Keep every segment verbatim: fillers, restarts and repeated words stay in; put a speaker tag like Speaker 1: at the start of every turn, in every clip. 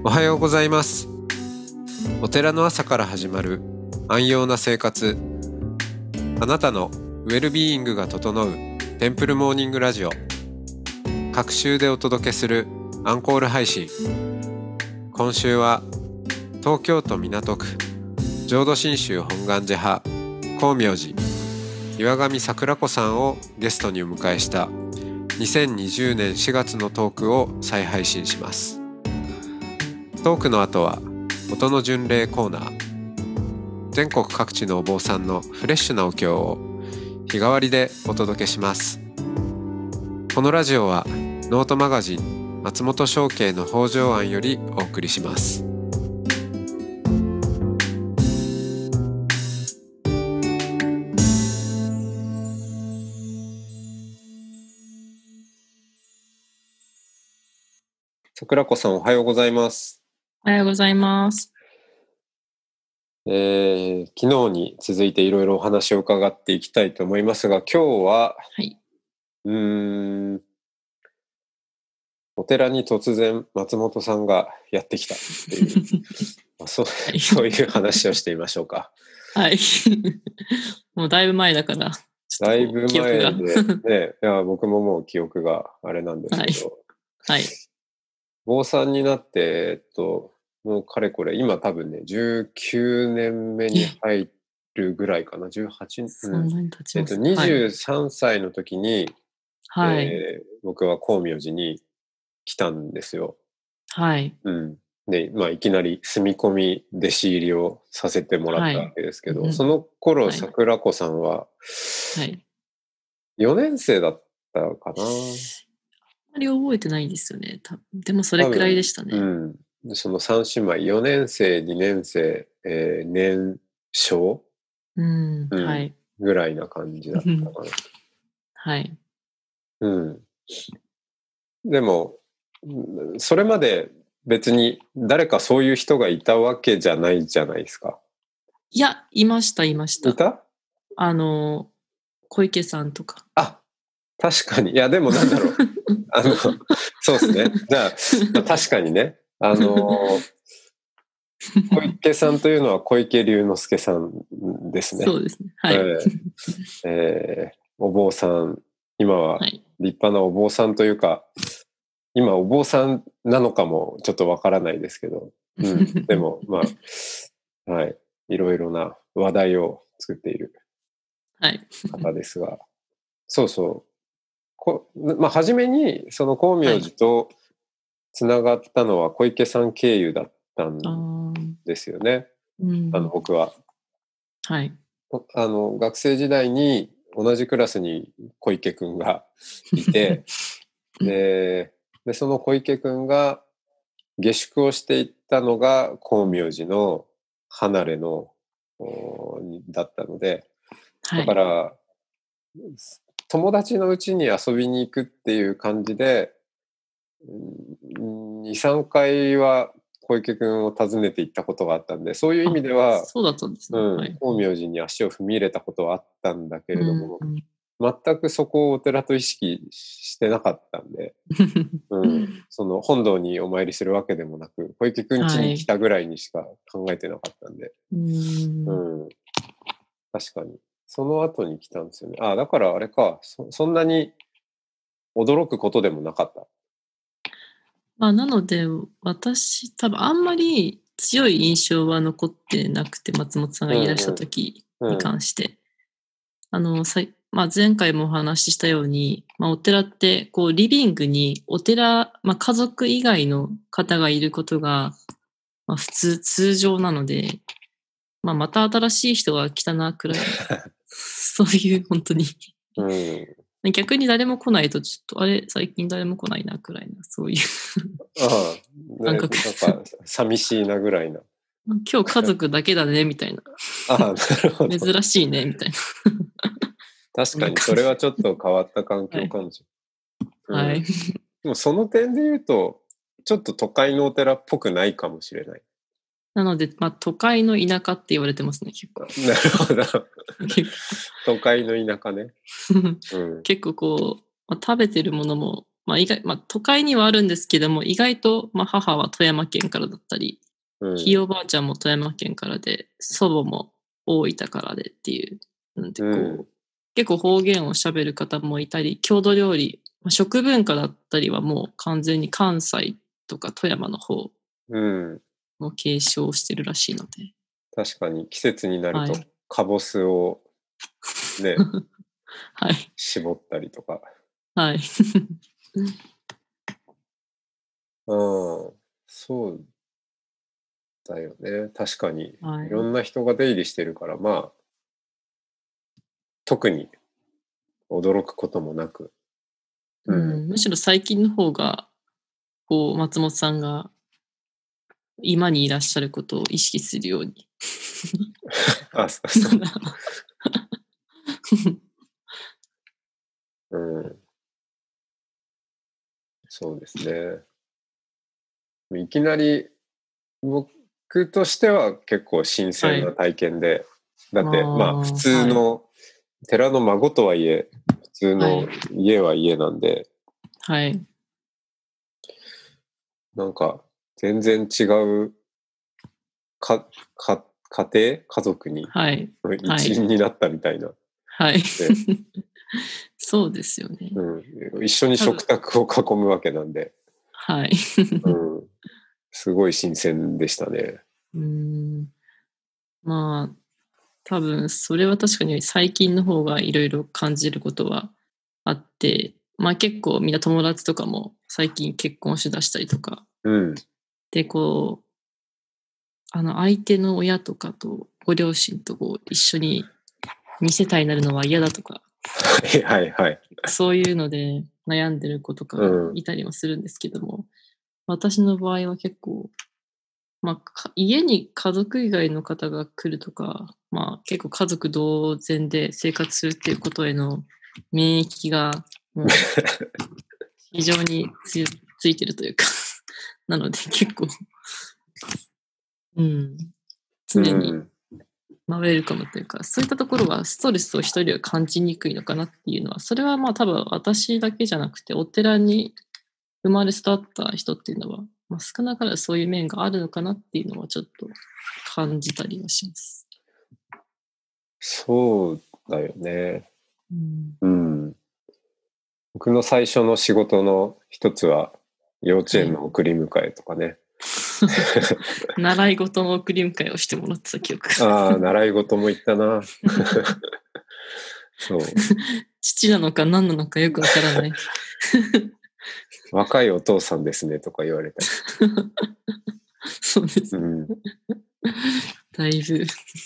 Speaker 1: おはようございます。お寺の朝から始まる安養な生活、あなたのウェルビーイングが整うテンプルモーニングラジオ、各週でお届けするアンコール配信。今週は東京都港区浄土真宗本願寺派光明寺岩上桜子さんをゲストにお迎えしたにせんにじゅうねんしがつのトークを再配信します。トークの後は音の巡礼コーナー。全国各地のお坊さんのフレッシュなお経を日替わりでお届けします。このラジオはノートマガジン松本商家の北条庵よりお送りします。桜子さん、おはようございます。
Speaker 2: おはようございます。
Speaker 1: えー、昨日に続いていろいろお話を伺っていきたいと思いますが、今日は、
Speaker 2: はい、
Speaker 1: うーんお寺に突然松本さんがやってきたっていうそう、はい、そういう話をしてみましょうか。
Speaker 2: はいもうだいぶ前だから
Speaker 1: だいぶ前でね、いや僕ももう記憶があれなんですけど、
Speaker 2: はい、はい、
Speaker 1: 坊さんになって、えっと、もうかれこれ今多分ねじゅうきゅうねんめに入るぐらいかな、じゅうはちねん、
Speaker 2: そんなに経ちます、
Speaker 1: えっと、にじゅうさんさいの時に、
Speaker 2: はい
Speaker 1: えー、僕は光明寺に来たんですよ。
Speaker 2: はい、
Speaker 1: うん、で、まあ、いきなり住み込み弟子入りをさせてもらったわけですけど、はい、その頃、うん、桜子さんはよねん生だったかな。
Speaker 2: あんまり覚えてないですよね。でもそれくらいでしたね。
Speaker 1: うん、そのさん姉妹、よねん生、にねん生、えー、年少、
Speaker 2: うんうん、はい、
Speaker 1: ぐらいな感じだったかな。
Speaker 2: はい。
Speaker 1: うん。でも、それまで別に誰かそういう人がいたわけじゃないじゃないですか。
Speaker 2: いや、いました、いました。
Speaker 1: いた？
Speaker 2: あの、小池さんとか。
Speaker 1: あ、確かに。いや、でもなんだろう。あの、そうですね。じゃあ、確かにね。あの、小池さんというのは小池龍之介さんですね。
Speaker 2: そうですね。はい。えー
Speaker 1: えー、お坊さん、今は立派なお坊さんというか、はい、今お坊さんなのかもちょっとわからないですけど、うん、でもまあ、はい、いろいろな話題を作っている方ですが、はい、そうそう。こまあ、初めにその光明寺とつながったのは小池さん経由だったんですよね。あ、うん、あの僕は、
Speaker 2: はい、
Speaker 1: あの学生時代に同じクラスに小池くんがいてで, でその小池くんが下宿をしていったのが光明寺の離れのだったので、だから、はい、友達のうちに遊びに行くっていう感じでに、さんかいは小池くんを訪ねて行ったことがあったんで、そういう意味では
Speaker 2: そうだったんですね、
Speaker 1: うん、
Speaker 2: はい、
Speaker 1: 光明寺に足を踏み入れたことはあったんだけれども、うん、全くそこをお寺と意識してなかったんで、うん、その本堂にお参りするわけでもなく小池くん家に来たぐらいにしか考えてなかったんで、はい、うん、確かにその後に来たんですよね。あ、だからあれか、 そ, そんなに驚くことでもなかった。
Speaker 2: まあ、なので私多分あんまり強い印象は残ってなくて、松本さんがいらした時に関して、うんうん、あのさ、まあ、前回もお話ししたように、まあ、お寺ってこうリビングにお寺、まあ、家族以外の方がいることが、まあ、普通通常なので、まあ、また新しい人が来たなくらいそういう本当に、うん、逆に誰も来ないとちょっとあれ最近誰も来ないなくらいな、そういう
Speaker 1: ああ、感覚、なんか寂しいなぐらいな
Speaker 2: 今日家族だけだねみたいな
Speaker 1: ああ、なるほど、
Speaker 2: 珍しいねみたいな
Speaker 1: 確かにそれはちょっと変わった環境かもしれない、はい、うん、でもその点で言うとちょっと都会のお寺っぽくないかもしれない。
Speaker 2: なので、まあ、都会の田舎って言われてますね、結構。
Speaker 1: なるほど。都会の田舎ね。
Speaker 2: うん、結構こう、まあ、食べてるものもまあ意外、まあ都会にはあるんですけども、意外と、まあ母は富山県からだったり、
Speaker 1: うん、
Speaker 2: ひいおばあちゃんも富山県からで、祖母も大分からでっていう、なんてこう、
Speaker 1: うん、
Speaker 2: 結構方言を喋る方もいたり、郷土料理、まあ食文化だったりはもう完全に関西とか富山の方
Speaker 1: うん。
Speaker 2: の継承してるらしいので。
Speaker 1: 確かに季節になると、
Speaker 2: はい。
Speaker 1: かぼすをね、
Speaker 2: はい。
Speaker 1: 絞ったりとか。
Speaker 2: はい。
Speaker 1: うん、そうだよね。確かに。
Speaker 2: はい。
Speaker 1: いろんな人が出入りしてるから、まあ、特に驚くこともなく。うん。
Speaker 2: うん、むしろ最近の方が、こう、松本さんが今にいらっしゃることを意識するように。
Speaker 1: あ、そうそう。うん。そうですね。いきなり、僕としては結構新
Speaker 2: はい。
Speaker 1: 鮮な体験で、だ
Speaker 2: あ
Speaker 1: って、まあ、
Speaker 2: あ、
Speaker 1: 普通
Speaker 2: はい。
Speaker 1: の、寺の孫とはいえ、普通の
Speaker 2: はい。
Speaker 1: 家は家なんで、
Speaker 2: はい。
Speaker 1: なんか、全然違うか、か、家庭家族に
Speaker 2: はい。はい。
Speaker 1: 一員になったみたいな。
Speaker 2: はい。
Speaker 1: で、
Speaker 2: そうですよね。
Speaker 1: うん、一緒に
Speaker 2: 多分、
Speaker 1: 食卓を囲むわけなんで、
Speaker 2: はい。
Speaker 1: うん、すごい新鮮でしたね。
Speaker 2: うーん。まあ、多分それは確かに最近の方がいろいろ感じることはあって、まあ結構みんな友達とかも最近結婚しだしたりとか、
Speaker 1: うん。
Speaker 2: で、こう、あの相手の親とかとご両親とこう一緒にに世帯になるのは嫌だとか、
Speaker 1: はいはいはい。
Speaker 2: そういうので悩んでる子とか
Speaker 1: うん。
Speaker 2: がいたりもするんですけども、私の場合は結構、まあ、か家に家族以外の方が来るとか、まあ、結構家族同然で生活するっていうことへの免疫がもう非常につついてるというかなので結構、うん、
Speaker 1: う
Speaker 2: 常に、
Speaker 1: ん。
Speaker 2: まあ、ウェルカムというか、そういったところはストレスを一人は感じにくいのかなっていうのは、それはまあ多分私だけじゃなくて、お寺に生まれ育った人っていうのは、まあ、少なからずそういう面があるのかなっていうのはちょっと感じたりはします。
Speaker 1: そうだよね。
Speaker 2: うん、
Speaker 1: うん。僕の最初の仕事の一つは、幼稚
Speaker 2: はい。
Speaker 1: 園の送り迎えとかね。
Speaker 2: 習い事の送り迎えをしてもらってた記憶が。
Speaker 1: ああ、習い事も行ったな。そう。
Speaker 2: 父なのか何なのかよくわからない。
Speaker 1: 若いお父さんですねとか言われたり。
Speaker 2: そうですね。
Speaker 1: うん。
Speaker 2: だいぶ。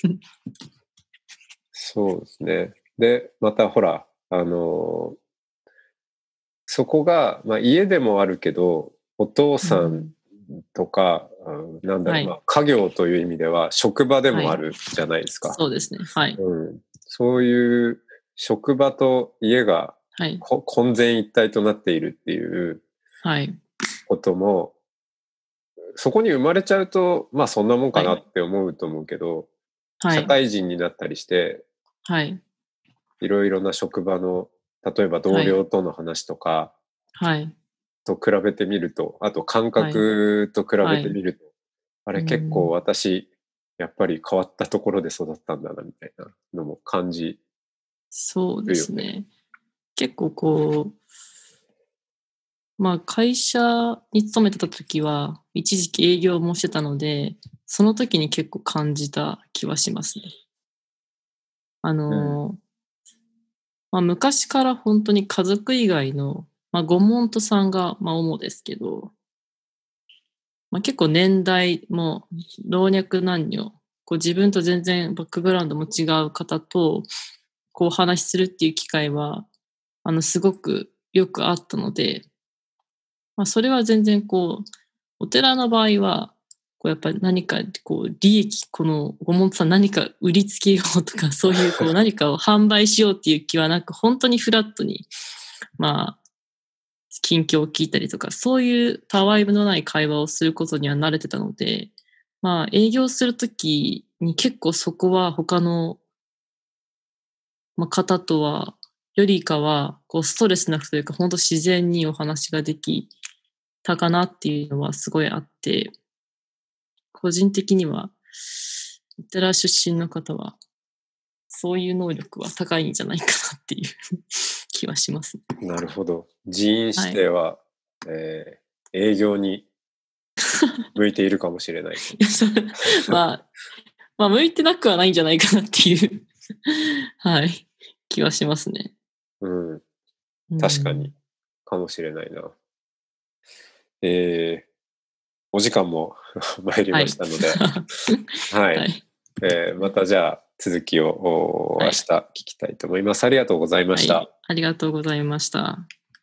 Speaker 1: そうですね。で、またほら、あのーそこが、まあ、家でもあるけど、お父さん
Speaker 2: うん、
Speaker 1: とか、うん、なんだろう、ま
Speaker 2: はい。
Speaker 1: あ、家業という意味では職場で
Speaker 2: はい。
Speaker 1: もあるじゃないですか。
Speaker 2: そうですね。はい。
Speaker 1: うん、そういう職場と家が
Speaker 2: はい。
Speaker 1: こ混然一体となっているっていう
Speaker 2: はい。
Speaker 1: ことも、そこに生まれちゃうと、まあそんなもんか
Speaker 2: はい。
Speaker 1: なって思うと思うけど、
Speaker 2: はい。
Speaker 1: 社会人になったりして、
Speaker 2: はい。
Speaker 1: いろいろな職場の、例えば同
Speaker 2: はい。
Speaker 1: 僚との話とか
Speaker 2: はい。
Speaker 1: と比べてみると、あと感
Speaker 2: はい。
Speaker 1: 覚と比べ
Speaker 2: はい。
Speaker 1: てみると、あ
Speaker 2: う
Speaker 1: れ結構
Speaker 2: ん。
Speaker 1: 私、やっぱり変わったところで育ったんだな、みたいなのも感じ
Speaker 2: そうで
Speaker 1: るよね。
Speaker 2: すね。結構こう、まあ、会社に勤めてた時は、一時期営業もしてたので、その時に結構感じた気はしますね。あ
Speaker 1: うん。
Speaker 2: の、まあ、昔から本当に家族以外の、まあ、ご門徒さんが、まあ、主ですけど、まあ、結構年代も老若男女、こう自分と全然バックグラウンドも違う方と、こうお話しするっていう機会は、あの、すごくよくあったので、まあ、それは全然こう、お寺の場合は、こうやっぱり何かこう利益、このご門徒さん何か売りつけようとか、そういうこう何かを販売しようっていう気はなく、本当にフラットに、まあ、近況を聞いたりとか、そういうたわいのない会話をすることには慣れてたので、まあ、営業するときに結構そこは他の、まあ、方とはよりかは、こうストレスなくというか、本当自然にお話ができたかなっていうのはすごいあって、個人的には、お寺出身の方は、そういう能力は高いんじゃないかなっていう気はしますね。
Speaker 1: なるほど。人員指定は、はい、えー、営業に向いているかもしれない。
Speaker 2: いやそれまあ、まあ、向いてなくはないんじゃないかなっていうはい、気はしますね。
Speaker 1: うん。確かに、かもしれないな。えー、お時間も参りましたので、はい。はい、えー、またじゃあ、続きを明日聞きたいと思います。はい、ありがとうございました、はい。
Speaker 2: ありがとうございました。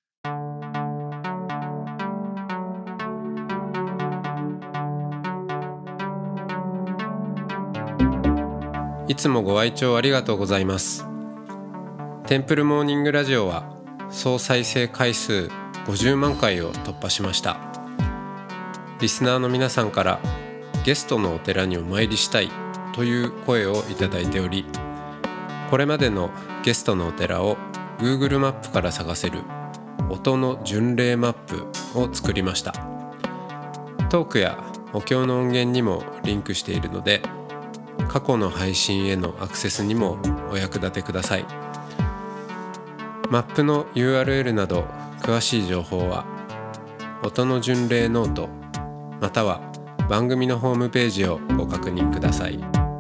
Speaker 1: いつもご愛聴ありがとうございます。テンプルモーニングラジオは総再生回数ごじゅうまんかいを突破しました。リスナーの皆さんからゲストのお寺にお参りしたいという声をいただいており、これまでのゲストのお寺を Google マップから探せる音の巡礼マップを作りました。トークやお経の音源にもリンクしているので、過去の配信へのアクセスにもお役立てください。マップの ユーアールエル など詳しい情報は音の巡礼ノートまたは番組のホームページをご確認ください。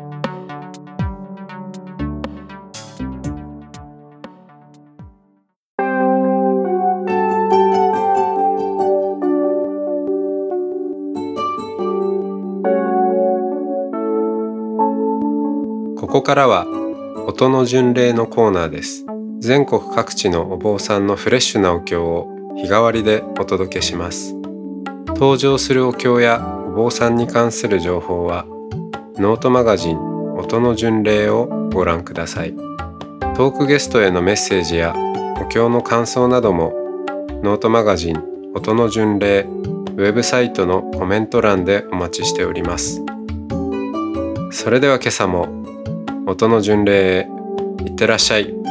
Speaker 1: ここからは音の巡礼のコーナーです。全国各地のお坊さんのフレッシュなお経を日替わりでお届けします。登場するお経やお坊さんに関する情報はノートマガジン音の巡礼をご覧ください。トークゲストへのメッセージやお経の感想などもノートマガジン音の巡礼ウェブサイトのコメント欄でお待ちしております。それでは今朝も音の巡礼へいってらっしゃい。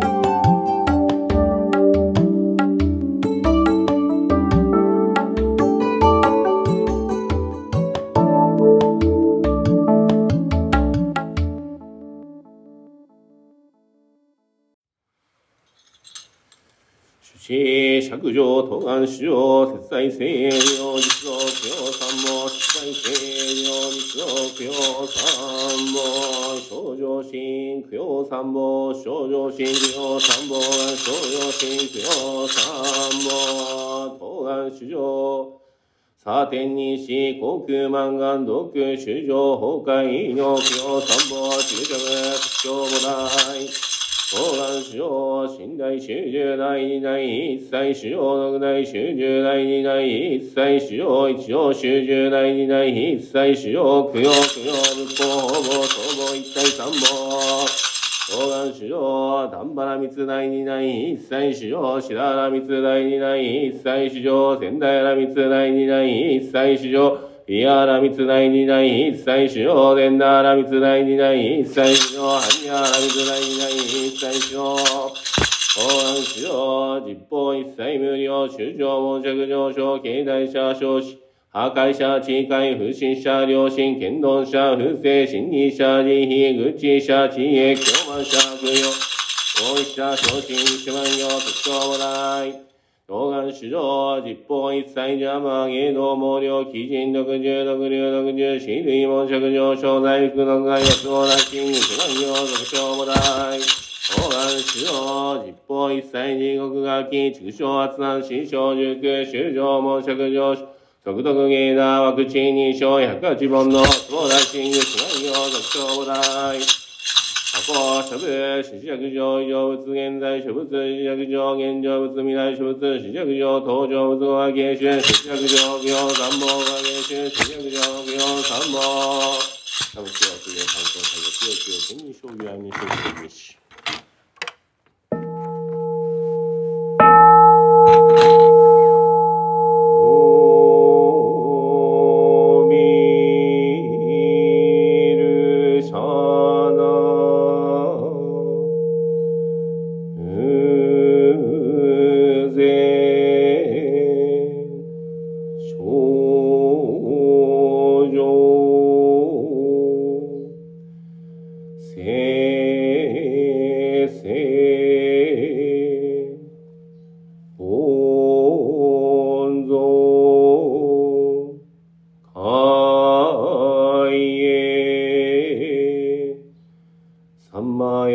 Speaker 3: 釈上当願主上節財聖領実道供養三宝節財聖領実道供養三宝少女心供養三宝少女心供養三宝少女心供養三宝当願主上サーテンにし航空満願毒主上崩壊医療供養三宝中着特徴母大当願主上、寝台主従第二代一切主上六代主従第二代一切主上一上主従第二代一切主上供養供養仏法法母総母一体三宝当願主上、丹原密第二代一切主上白原密第二代一切主上仙台原密第二代一切主上イヤラミツ第二代一切主要デンダーラミツ第二代一切主要ハニヤラミツ第二代一切主要当願主要実法一切無料主上門着上昇経済者少子破壊者地界不審者良心剣道者不正心理者慈悲愚痴者知恵狂慢者供養大石者昇進一万行特徴もない当願主上、実法一切邪魔、芸能毛量、鬼人、毒獣、毒流、毒獣、死類、門着上昇、大福、毒害、四つ王、大金、一万行、特徴も大。当願主上、実法一切地獄がき、畜生、圧難、死傷、塾、修上、門着上昇、速読芸だ、ワクチン、二章、百八本の、相大金、一万行、特徴も大。過去、諸部、死尺上、異常物、現在、諸物、死尺上、現状物、未来、諸物、死尺上、登場物、語が芸春、死尺上、行、三宝が芸春、死尺上、行、三宝。多分、今日は、次の参考作業、強気を、天に将棋、愛に将棋、にし。Mm-hmm.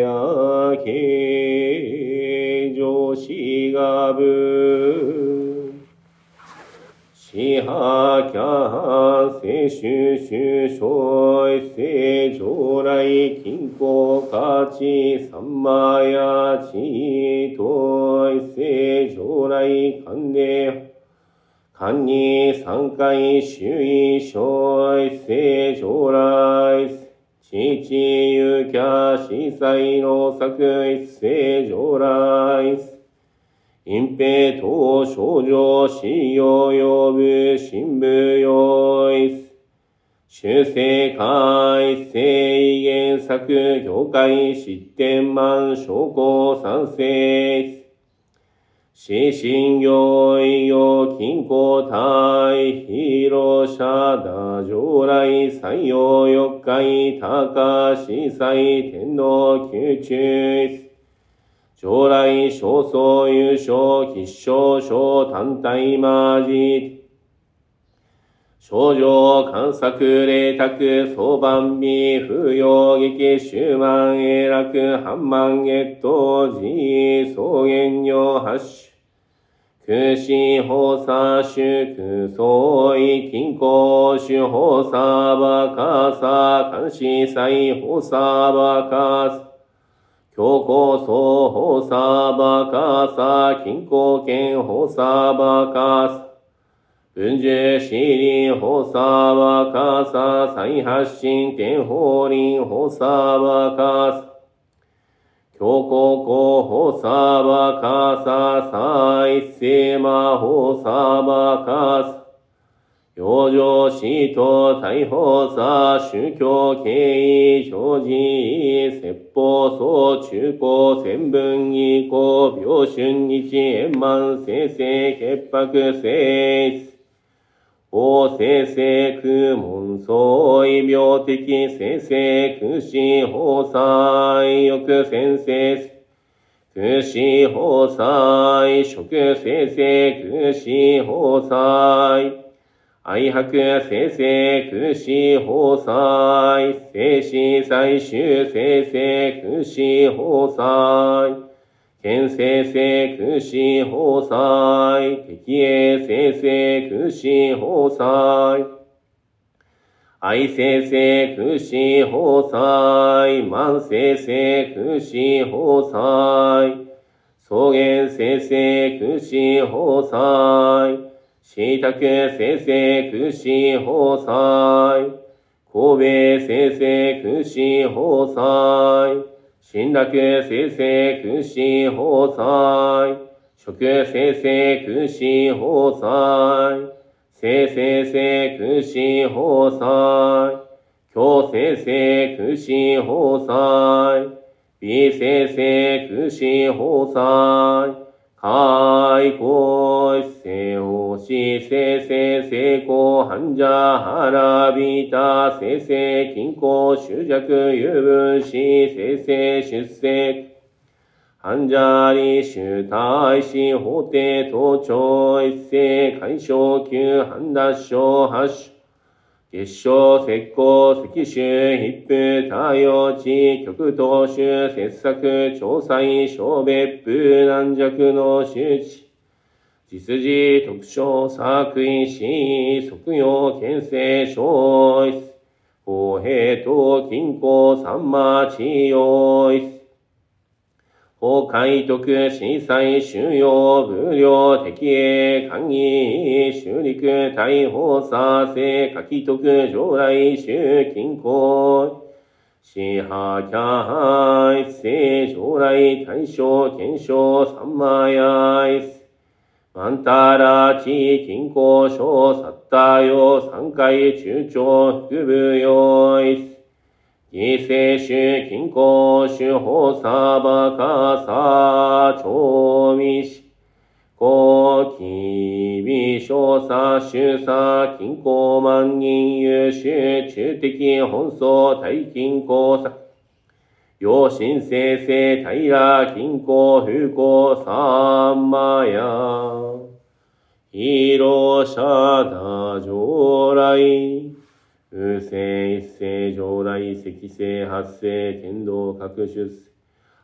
Speaker 3: やけ上司がぶしはきゃせしゅしゅしょいせ上来金庫価値三万やちといせ上来関連官に三回周囲小一世上来父ゆきゃ司祭の作一世上来隠蔽等症状使用呼ぶ新部用一修正会一世原作業界失点満証拠賛成死神行医療金庫体広社打上来採用四回高司祭天皇宮中将来少数優勝必勝小単体マジ症状観察霊卓相番美不要劇終満永楽半満月頭寺草原尿発種空死法差主空相違金庫主法差バカサ監視祭法差バカサ強行層法差バカサ金庫権法差バカサ文殊死輪法差バカサ再発進天法輪法差バカサ強行候補サバカササ一世魔法サバカサ養生死と逮捕サ宗教経緯表示説法総中高千分以降病春日円満生成潔白性法生成空門相違病的生成空死法祭欲先生空死法祭食生成空死法祭愛白生成空死法祭生死最終生成空死法祭見生成空死法祭敵営生成空死法祭愛生成空死法祭万生成空死法祭草原生成空死法祭死宅生成空死法祭神戸生成空死法祭新楽生成空死法祭食生成空死法祭生生成空死法祭強生成空死法祭美生成空死法祭開口一世法師生成成功繁者腹びた生成均衡執着有分子生成出世繁者理主大師法廷盗聴一世解消級繁脱小八種月照石膏石州筆風太陽地極東州切削調査小別風軟弱の周知実事特徴作為死即用牽制小一法平等均衡三馬治療一法海徳司祭収容無料敵営官議修陸大法査生書き徳上来修均衡死破キャ一世上来大正検証三馬や一マンタラ地均衡小サッタヨ三回中長副部用一犠牲種均衡種法サバカサ調味し高機微小差種差均衡万人優秀中的本草大均衡差陽神生成平均衡風光三馬や広社打上来風星一世上来赤星八世天道各出世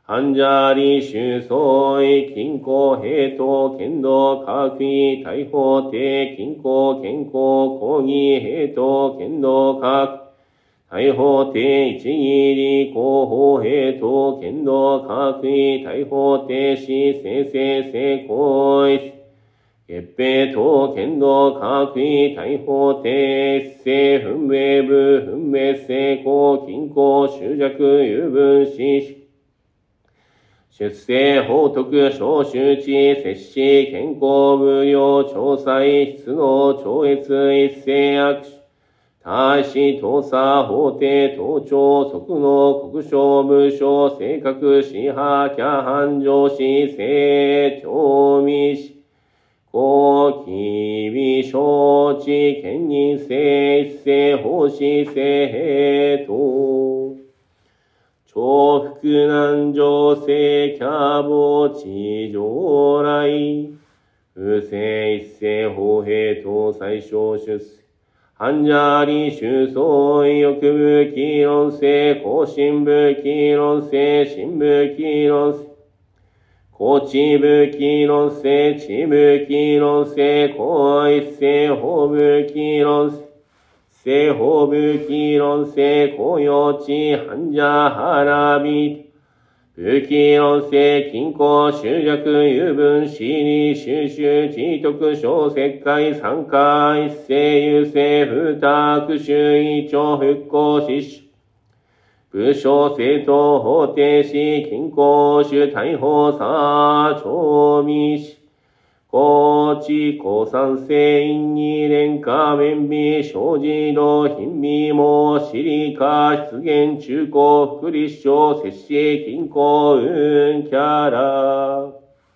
Speaker 3: 半者利収相違、均衡、平等、剣道、各位、大法定、均衡、健康、講義、平等、剣道、各大法定、一義理、広報、平等、剣道、各位、大法定、死、生成、成功、月平等、剣道、各位、大法定、一世、分別部、分別成功、均衡、執着、有分子、出世、法徳、小周知、摂氏、健康、無料、調裁、出納、超越、一世、悪手、大使、盗査、法廷、盗聴、即納、国書、無償、正確、支派、キャ犯、上司、正、調味し、公、機微、承知、兼任性、一世、奉仕、性、平等。重複難情性、キャボ、地上来。不正、一世、法平等、最小出世。半者利収相違、欲部、議論性、更新部、議論性、新部、議論性。高知部、議論性、地部、議論性、高一世、法部、議論性。正法部、議論性、公用地、半者腹び。部、議論性、均衡、執着、有分、私利、収集、知徳、小石灰、三回、一世、有世、不託、周囲長、復興、失守。部省、政党、法定し、均衡、主、大法、差、調味し。高知、高三世、院に、廉価、弁備、小児道、品味も、私利化、出現、中高、福利省、摂氏、均衡、運、キャラ。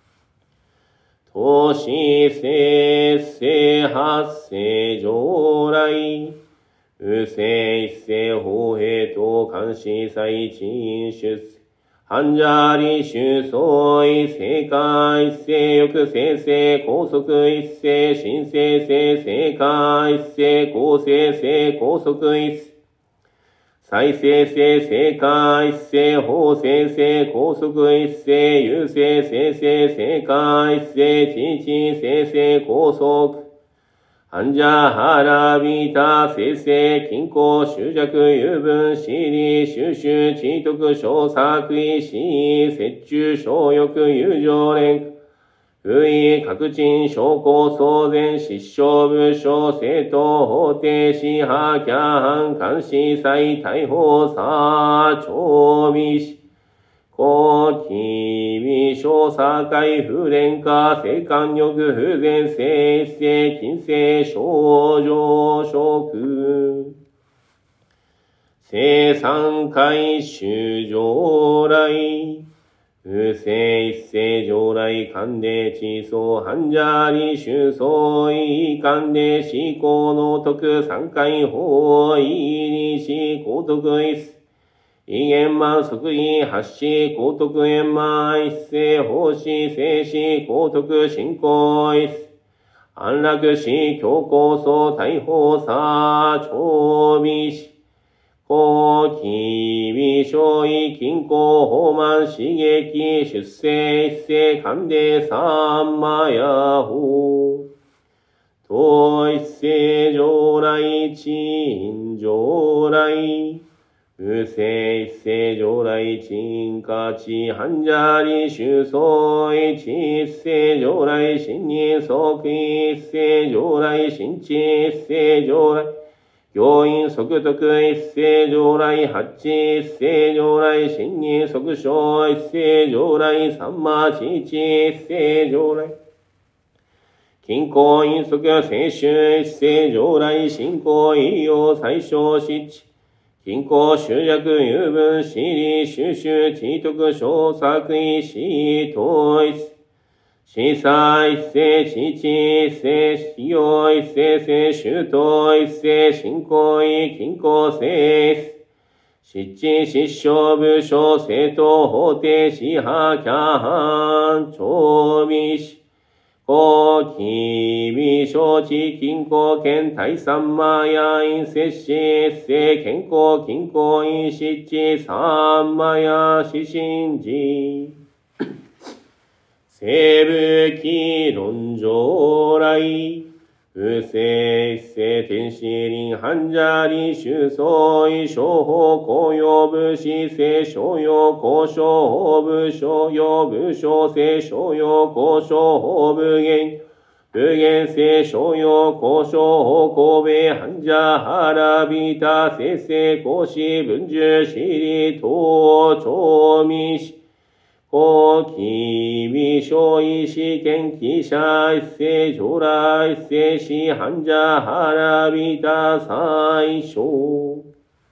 Speaker 3: 投資、生、生、発生、将来。不正、一世、法平等、監視、再陳、出世。半者利収相違、正解、一世、欲、生成、拘束、一世、新生成、正解、一世、公正性、拘束、一世。再生性、正解、一世、法生成、拘束、一世、優生、生成、正解、一世、知知、生成、拘束。半者腹びた、生成、均衡、執着、有分、私利、収集、知徳、小作為、私、折衷、小欲、友情連、不意、確陳、証拠、騒然、失笑、部署、政党、法定、支派、キャ犯、監視、再、逮捕、差、調味し、公、機微、小差会、不廉化、性感欲、不全性、一世、金性、症状、食。生産会、衆上来。不正、一世、上来、勘で、地層、半者利収相違、勘で、思考の徳、三回法、意理し、高徳一世。異言満即位、発し、高徳円満、一世、奉仕、生死、高徳、信仰、一世。安楽死、強行層、大法、差、調味し。高、機微、小異、均衡、放満、刺激、出世、一世、勘で、三魔や法。当一世、上来、陳、上来。不正、一世、上来、陳、価値、半者利収相違、一世、上来、信任、即位、一世、上来、信知、一世、上来、教員、即徳、一世、上来、発知、一世、上来、信任、即証、一世、上来、三魔、知知、一世、上来、均衡、因即、聖衆、一世、上来、信仰、異様、最小、失地。均衡、執着、有分、私利、収集、知徳、小作為、死、統一。司祭、一世、知知、一世、使用、一世、聖衆等、一世、信仰、意、均衡、聖、失地、失笑、部署、政党、法定、支派、キャ犯、調味し。 公機微承知均衡健体三魔や陰摂氏一世健康均衡陰湿地三魔や四神寺生武器論上来不正一世天使輪半者理修相違商法公用武士聖商用交渉法武商用武商聖商用交渉法武言武言聖商用交渉法神戸半者原びた聖聖公子文殊シリ等長未死公機微小意試験記者一世上来一世師半者原びた最小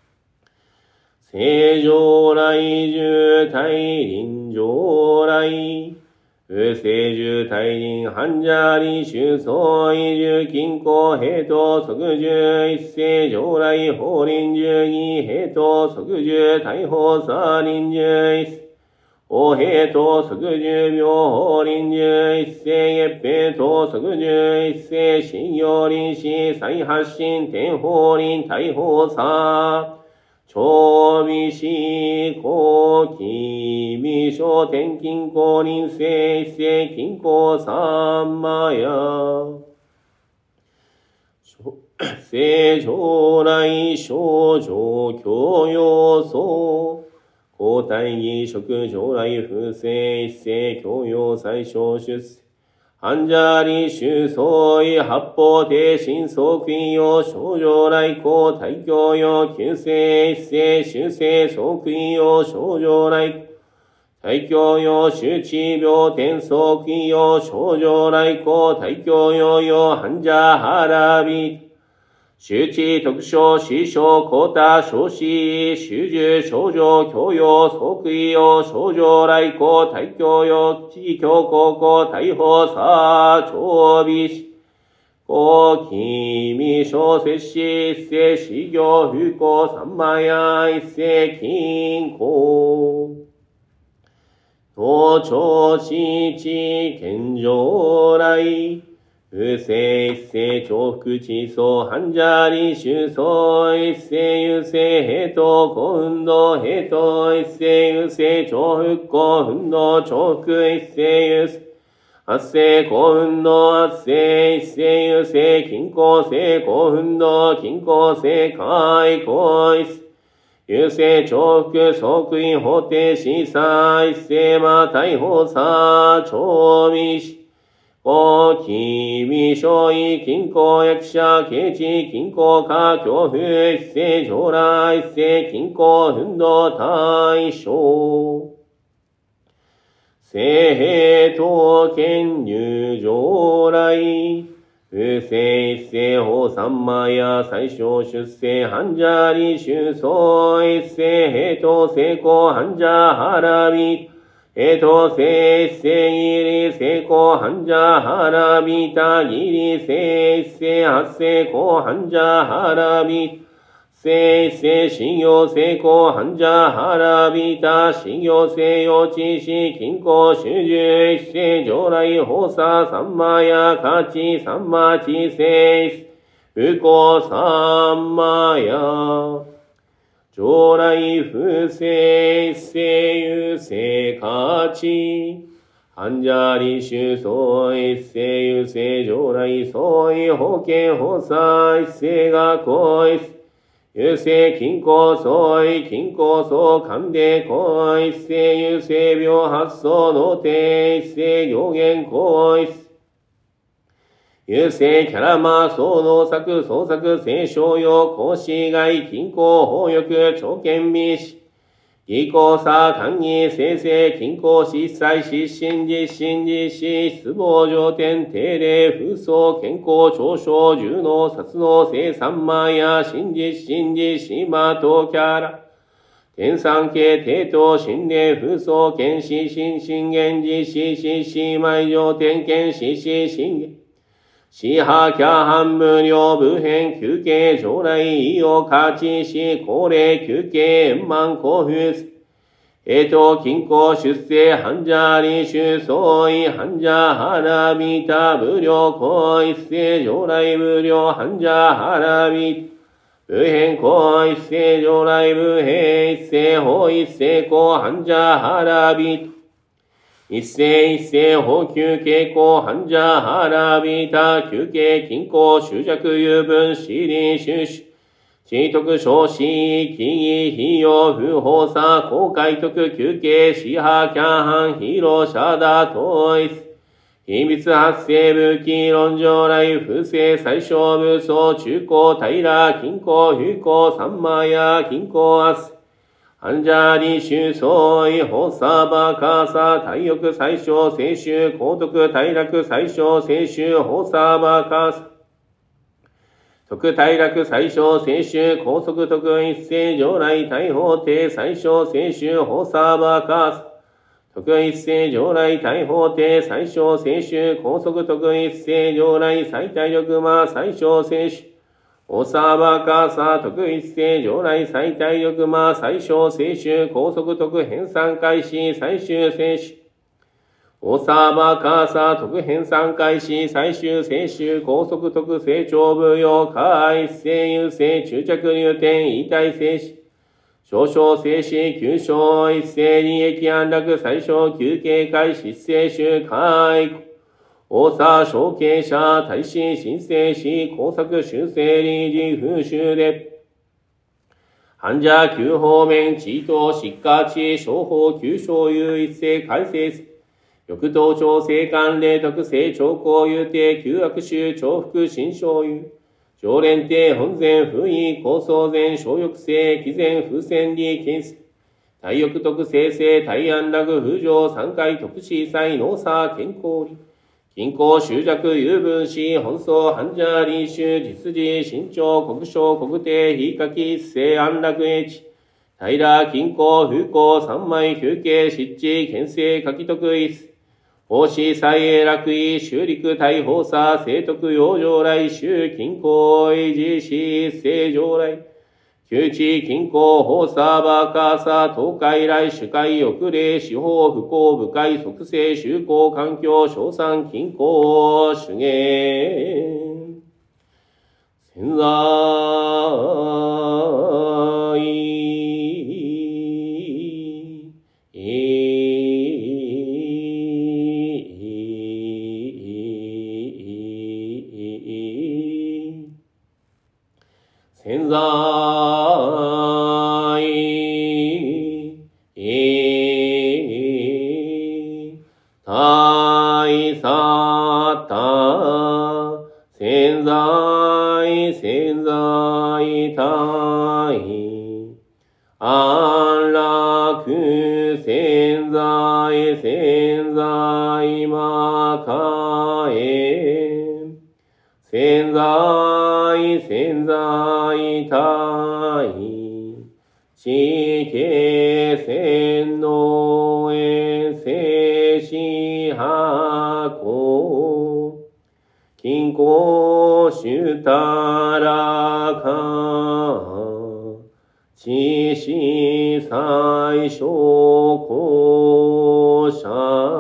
Speaker 3: 正上来重大臨上来不正重大臨半者理修相違重均衡平等即重一世上来法臨重義平等即重大法差臨重一世お平等即十秒法臨重一世月平等即十一世信用臨死再発進天法臨大法差長微死公機微小天均衡臨世一世均衡三魔や正常来症状教養相交代義職上来不正一世教養最小出世半者理修相違八方定心相悔用症状来公大教用旧世一世修世相悔用症状来大教用周知病天相悔用症状来公大教用用半者原び周知特徴師匠高多少子修従症状教養即位用症状来公大教用地教高校大法差長微死公機微小摂氏一世始業不公三魔や一世均衡同調子地健常来不正一世重複地相半者理修相一世有世平等公運動平等一世有世重複公運動重複一世有世発生公運動発生一世有世均衡性公運動均衡性開公一世有世重複即位法定審査一世ま大法差長微死公機微小異均衡役者刑事均衡化恐怖一世上来一世均衡運動対象聖平等権入上来不正一世法三魔や最小出世半者理修相一世平等成功半者原び平等性一世義理成功半者原びた義理性一世発生功半者原び性一世信用成功半者原びた信用性用知識均衡修従一世上来法差三魔や価値三魔知性不幸三魔や上来不正一世有世価値半者理修相一世有世上来相違法権法差一世が公一有世均衡相違均衡相関で公一世有世病発想の定一世行言公一有世キャラマ創造作創作聖商用講師外均衡法欲朝見美死義行差官義生成均衡失災失神実神実死失望上天定例風葬健康長生重能殺能生三万や神実神実死魔とキャラ天産系帝都神霊風葬見死神神元実死死死埋上天見死死神元死破キャハン無料部変休憩上来意を勝ちし高齢休憩円満興奮えと、金庫出世、半者利種相違、半者腹びた、無料行一世、上来無料、半者腹び、無変行一世、上来無変一世、法一世行、半者腹び、一世一世、法休憩行、半者腹びた、休憩金庫、執着有分、私利収支、地徳昇進、起義、費用、不法さ、公開徳、休憩、支派、キャンハン、ヒーロー、シャダ、統一、秘密発生、武器、論上来、不正、最小、武装、中高、平、金庫、不幸、三万や、金庫、明日、半者利種相違、法さ、バカさ、体欲、最小、聖衆、高徳、体楽、最小、聖衆、法さ、バカさ、徳体楽最小聖衆高速徳一世上来大法廷最小聖衆法サーバーカース徳一世上来大法廷最小聖衆高速徳一世上来最大力魔最小聖衆法サーバーカーサ徳一世上来最大力魔最小聖衆高速徳編纂開始最終聖衆おさばかさ特編纂開始最終聖集高速特成長部用開聖優聖中着入典異体聖子少々聖子急所一斉利益安楽最小休憩開始聖集開おさ小慶者大使新聖子工作修正理事風習で患者急方面地頭疾患地小法急所有一斉改正欲頭調整官霊徳成長公有定旧悪臭重複新小有常連定本前封意高層前小欲性毅前風船利金水大欲徳生成大安楽風上三回特使祭農差健康利均衡執着有分子本草半者利種実事新潮国小国定非書き一世安楽英知平均衡風光三枚休憩湿地県政書き徳一世法師祭永楽位、修陸大法差、聖徳養生来、修金庫維持し、聖上来、旧地金庫法差、バカ差、東海来、主会、遅れ、司法、不幸、部会、即世、修行、環境、賞賛、金庫、主言、潜在、潜在大サタ潜在潜在大安楽潜在潜在魔界潜在潜在大地形線の縁静止箱金庫主たらか知識最小公社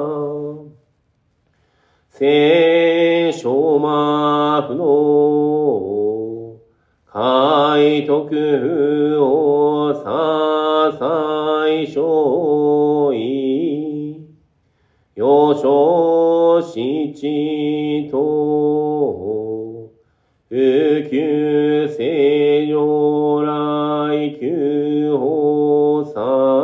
Speaker 3: 聖書魔不能海徳をさ最小意幼少七と普及聖如来救法さ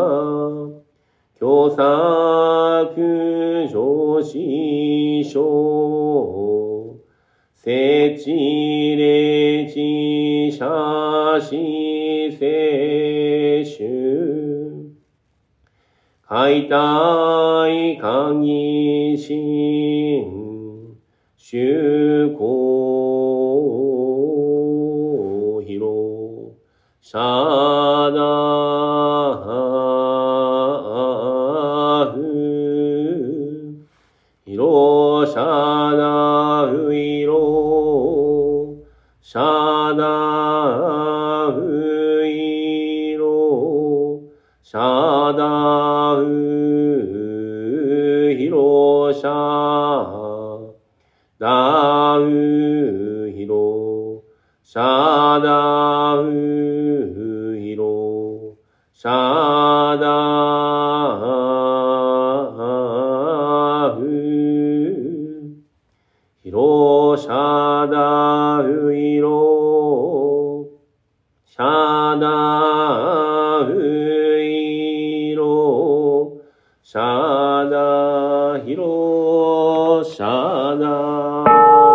Speaker 3: 教作上師匠聖地霊地写真聖集解体鍵心修行広シャダフ広シャダフ広シャダフ広シャダなひろしゃな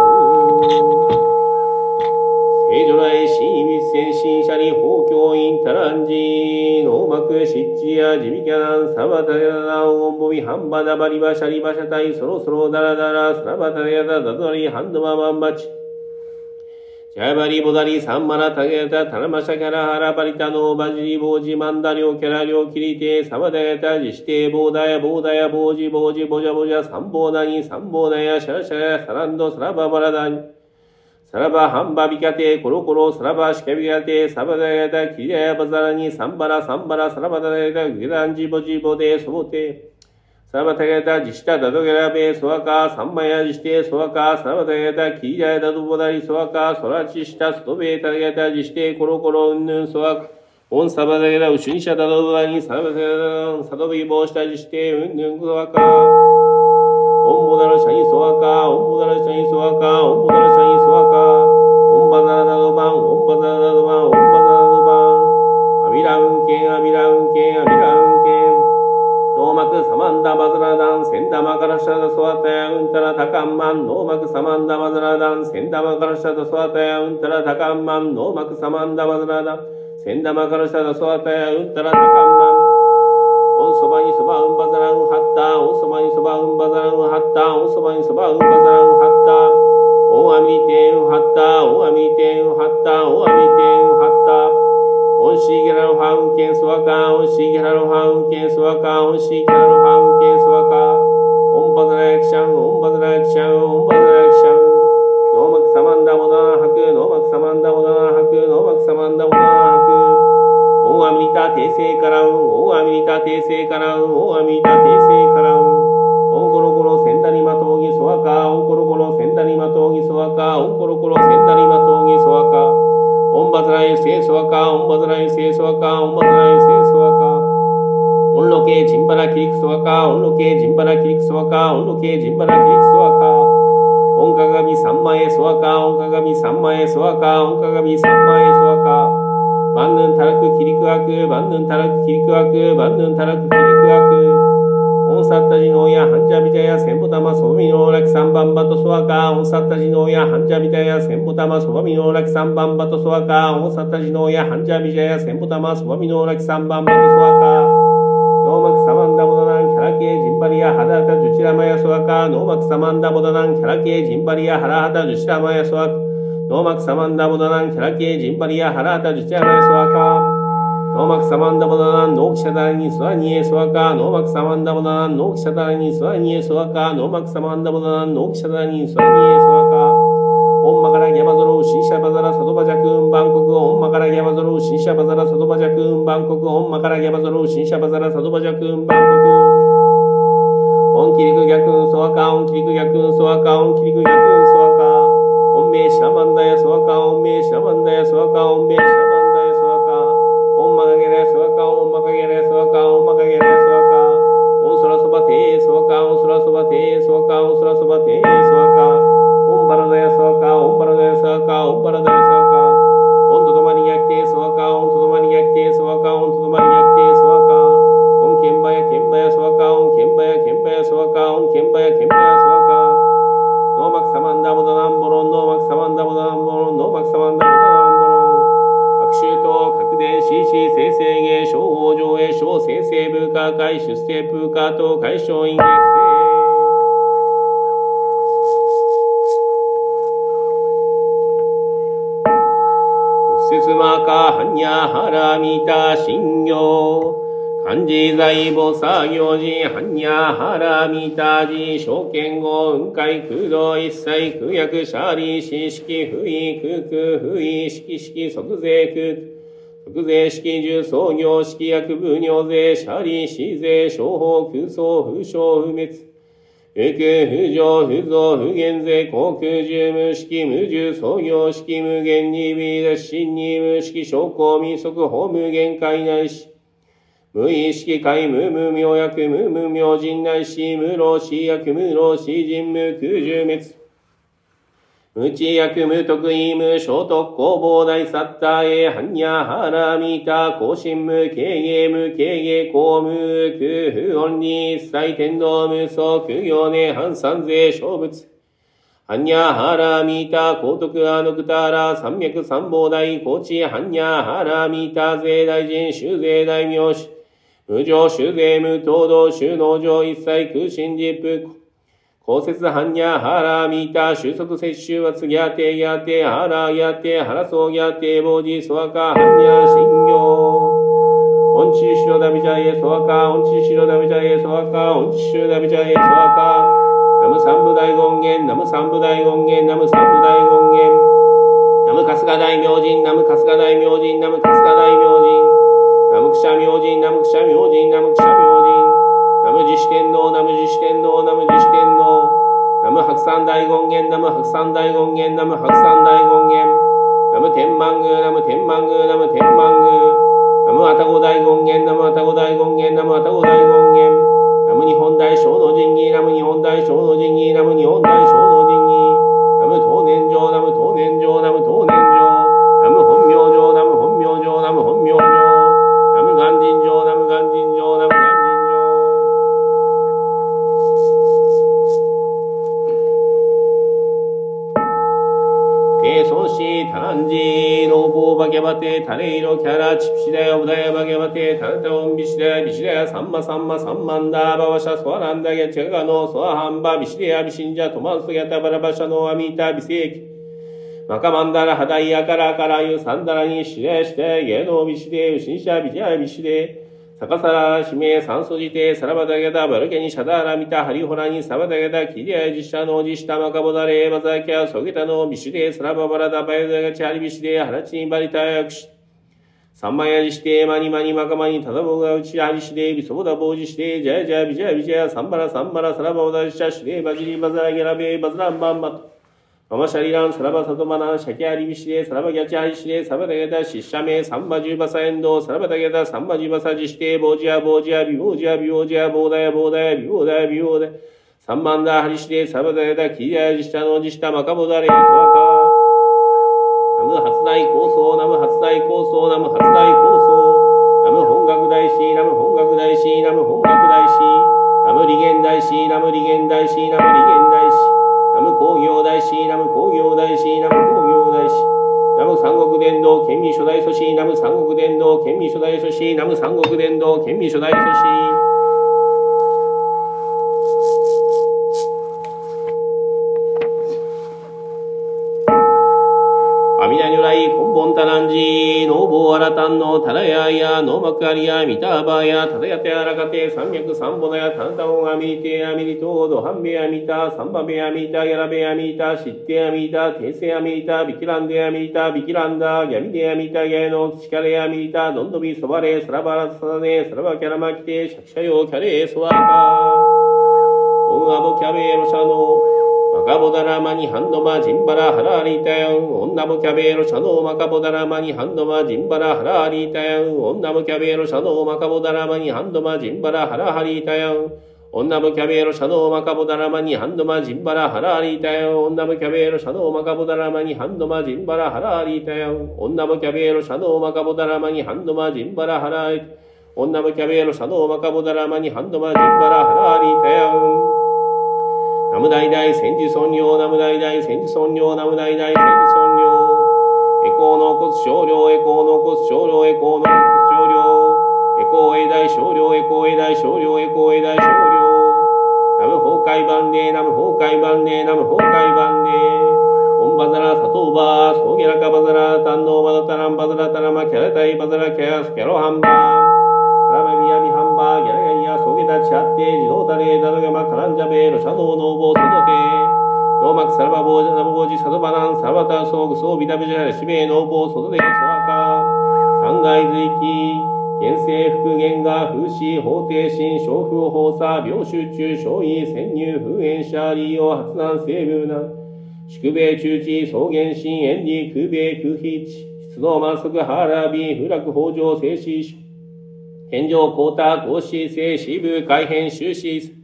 Speaker 3: 聖女来新密戦新車に法教員たらんじ能幕湿地や地味キャランサバタヤダオンボビハンバダバリバシャリバシャタイそろそろダラダラスラバタヤダダダリハンドママンバチジャバリボダリサンマラタゲタタナマシャキャラハラパリタノバジリボジマンダリョキャラリョキリテサバダヤタジシテボーダヤボーダヤボージボージボジャボジャサンボーダニサンボーダヤシャラシャラサランドサラババラダニサラバハンバビカテコロコロサラバシカビカテサバダヤタキリヤバザラニサンバラサンバラサラバダヤタグランジボジボデソボテサラバタヤタジシタダドゲラベソワカサンマヤジシテソワカサラバタヤタキリヤダドボダリソワカソラチシタストベタヤタジシテコロコロウンヌンソワカオンサバダヤタウシュニシャダドボダリサラバタヤタサドビボシタジシテウンヌンソワカオンボダラシャイソワカオンボダラシャイソワカオンボダラシャイソワカオンバザラダドバンオンバザラダドバンオンバザラダドバンアミラウンケンアミラウンケンアミラウンケンノーマクサマンダバザラダンセンダマカラシャダソワタヤウンタラタカンマンノーマクサマンダバザラダンセンダマカラシャダソワタヤウンタラタカンマンノーマクサマンダバザラダンセンダマカラシャダソワタヤウンタラタカンマンオンそばにそばうんばざらんはったオンそばにそばうんばざらんはったオンそばにそばうんばざらんはったオンアミリテンはったオンアミリテンはったオンアミリテンはったオンシーゲラのハウンケンソワカオンシーゲラのハウンケンソワカオンシーゲラのハウンケンソワカオンバザラヤキシャンオンバザラヤキシャンオンバザラヤキシャンノーマクサマンダボダーハクノーマクサマンダボダーハクノーマクサマンダボダーハクオンアミリタ訂正からうんオンアミリタ訂正からうんオンアミリタ訂正からうんオンコロコロセンダリマトウギソワカオンコロコロセンダリマトウギソワカオンコロコロセンダリマトウギソワカオンバザラユセイソワカオンバザラユセイソワカオンバザラユセイソワカオンロケジンバラキリクソワカオンロケジンバラキリクソワカオンロケジンバラキリクソワカオンカガミサンマエソワカオンカガミサンマエソワカオンカガミサンマエソワカバンヌンタラクキリクアクバンヌンタラクキリクアクバンヌンタラクキリクアクオンサッタジノヤハンジャビジャヤセンボタマソバミノラキサンバンバトソワカオンサッタジノヤハンジャビジャヤセンボタマソバミノラキサンバンバトソワカオンサッタジノヤハンジャビジャヤセンボタマソバミノラキサンバンバトソワカノーマクサマンダボダナンキャラケージンバリアハダタジュチラマヤソワカノーマクサマンダボダナンキャラケージンバリアハラハタジュチラマヤソワカノーマクサマンダボダナンキャラケージンバリアハラハタジュチラマヤソワカノーマクサマンダボダナンノーキシャダラニスワニエソワカノーマクサマンダボダナンノーキシャダラニスワニエソワカノーマクサマンダボダナンノーキシャダラニスワニエソワカオンマカラギャバゾロウシンシャバザラサドバジャクンバンコクオンマカラギャバゾロウシンシャバザラサドバジャクンバンコクオンマカラギャバゾロウシンシャバザラサドバジャクンバンコクオンキリクギャクンソワカオンキリクギャクンソワカオンキリクギャクンソワカオンメイシャマンダヤソワカオンメイシャマンダヤソワカオンメイシャマンダヤソワカオンマカゲレソワカオンマカゲレソワカオンマカゲレソワカオンソラソバテソワカオンソラソバテソワカオンソラソバテソワカオンバラダヤソワカオンバラダヤソワカオンバラダヤソワカオントドマリギャキテソワカオントドマリギャキテソワカオントドマリギャキテソワカオンケンバヤケンバヤソワカオンケンバヤケンバヤソワカオンケンバヤケンバヤソワカノーマクサマンダボダナンボロンノーマクサマンダボダナンボロンノーマクサマンダボダナンボロン学習と核電子子生成芸小法上映小生成部下会出世部下と解消員月生すまかはんやはらみた信行漢字財母作業時はんやはらみたじ証券後雲海空洞一切空薬シャーリー四式不意空空不意式式即税空即税式重創業式薬部尿税シャーリー死税商法空想不傷不滅不空不上不増不減税航空重無式無重創業式無限に微脱心に無式証拠未速法無限界内し無意識界無無明薬無無明人内し無老死薬無老死人無空重滅無知薬無得意無所得公防大サッターエハンヤハラミタ更新無経営無経営公無空不音に一切天道無双苦行ね反三税小仏ハンヤハラミタ高徳アノクタラ三脈三宝大高知ハンヤハラミタ税大臣修税大名士無常修税無東道修農場一切空心実布公設般若ハラミタ収束摂取は次やてやてハラやてハラソやてボジソワカ般若心経オンチシロダビジャエソワカオンチシロダビジャエソワカオンチシロダビジャエソワカナム三部大権現ナム三部大権現ナム三部大権現ナム春日大明神ナム春日大明神ナム春日大明神ナムクシャ明神ナムクシャ明神ナムクシャ明神ナム自主天皇ナム自主天皇ナム自主天皇ナム白山大権現ナム白山大権現ナム白山大権現ナム天満宮ナム天満宮ナム天満宮ナム愛宕大権現ナム愛宕大権現ナム愛宕大権現ナム日本大小の神儀ナム日本大小の神儀ナム日本大小の神儀ナム東年上ナム東年上ナム東年上ナム本明上ナム本明上ナム本明上ナム鑑真上ナム鑑真上ナム鑑真上テソンシタランジローボーバギャバテタレイロキャラチプシダヤオブダヤバギャバテタルタオンビシダヤビシダヤサンマサンマサンマンダーバワシャソアランダギャチャガノソアハンバビシデヤビシンジャトマンソギャタバラバシャノアミータビセーキマカマンダラハダイヤカラカラユサンダラにシレシテゲノビシデウシンシャビジャビシデサカサラシメサンソジテサラバダゲダバルケニシャダラミタハリホラニサバダゲダキリアジシャノジシタマカボダレバザキャソゲタノビシデサラババラダバユダガチャリビシデハラチンバリタヤクシサンマヤジシテマニマニマカマニタダボガウチハリシデビソボダボジシテジャジャビジャビジャサンバラサンバラサラバオダジシャシデバジリバザラゲラベバズランバンバトママシャリランサラバサトマナシャキアリビシデサラバギャチハリシデサバダゲダシシャメサンバジュバサエンドサラバダゲダサンバジュバサジシテボジアボジアビボジアビボジアボダヤボダヤビボダヤビボダヤサンバンダハリシデサバダゲダキリアジシタノジシタマカボダレソワカナム発大構想ナム発大構想ナム発大構想ナム本学大師ナム本学大師ナム本学大師ナム利元大師ナム利元大師ナム利元大師ナム工業大師ナム工業大師ナム工業大師ナム三国伝道県民初代祖師ナム三国伝道県民初代祖師ナム三国伝道県民初代祖師阿弥陀如来根本多難寺ノーボーアラタンのタラヤヤノーマクアリヤミターバーヤタダヤテアラカテ三脈三ボダヤタンタオンアミリテアミリトードハンベアミタサンバベアミタヤラベアミタシッテアミタテセアミタビキランデアミタビキランダギャミデアミタギャノキチカレアミタドンドビソバレサラバラサダネサラバキャラマキテシャキシャヨキャレソワカオンアボキャベロシャノマカボダラマニハンドマジンバラハラリタヤン女もキャベロシャノマカボダラマニハンドマジンバラハラリタヤン女もキャベロシャノマカボダラマニハンドマジンバラハラハリタヤン女もキャベロシャノマカボダラマニハンドマジンバラハラリタヤン女もキャベロシャノマカボダラマニハンドマジンバラハラリタヤン女もキャベロシャノマカボダラマニハンドマジンバラハラリ女もキャベロシャノマカボダラマニハンドマジンバラハラリタヤンナムダイダイセンジソンヨナムダイダイセンジソンヨナムダイダイセンジソンヨエコーの骨少量エコーの骨少量エコーの骨少量エコーエダイ少量エコーエダイ少量エコーエダイ少量ナム崩壊万礼ナム崩壊万礼ナム崩壊万礼オンバザラサトーバーソーゲラカバザラタンノーマダタランバザラタラマキャラタイバザラキャスキャロハンバーラメビヤミハンバーギャラギャリアソゲタチャッテ自動タレダドガマカランジャベロシャドウノーボーソドテノーマクサラバボージャナボージサドバナンサバタソーグソービタビジャラシベノーボーソドデソワカ三階随記現世復元が風刺法定心小風法差病集中小位潜入封炎者利用発難成分難宿米中地草原心炎に空米空飛地出動満足ハラビ不落法上静止天上交代合死静止部改変終止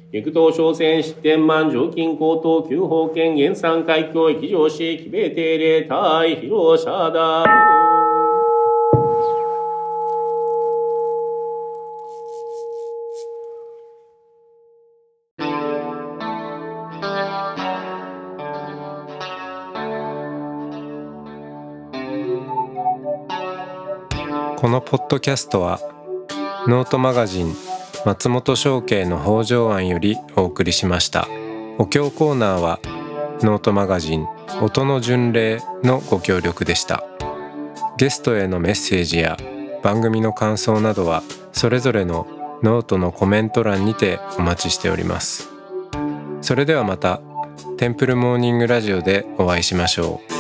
Speaker 3: 陸東商船失点満常勤高等旧法権原産海峡域上市奇米定例対広社だ。
Speaker 1: このポッドキャストはノートマガジン松本商家の北条庵よりお送りしました。お経コーナーはノートマガジン音の巡礼のご協力でした。ゲストへのメッセージや番組の感想などはそれぞれのノートのコメント欄にてお待ちしております。それではまたテンプルモーニングラジオでお会いしましょう。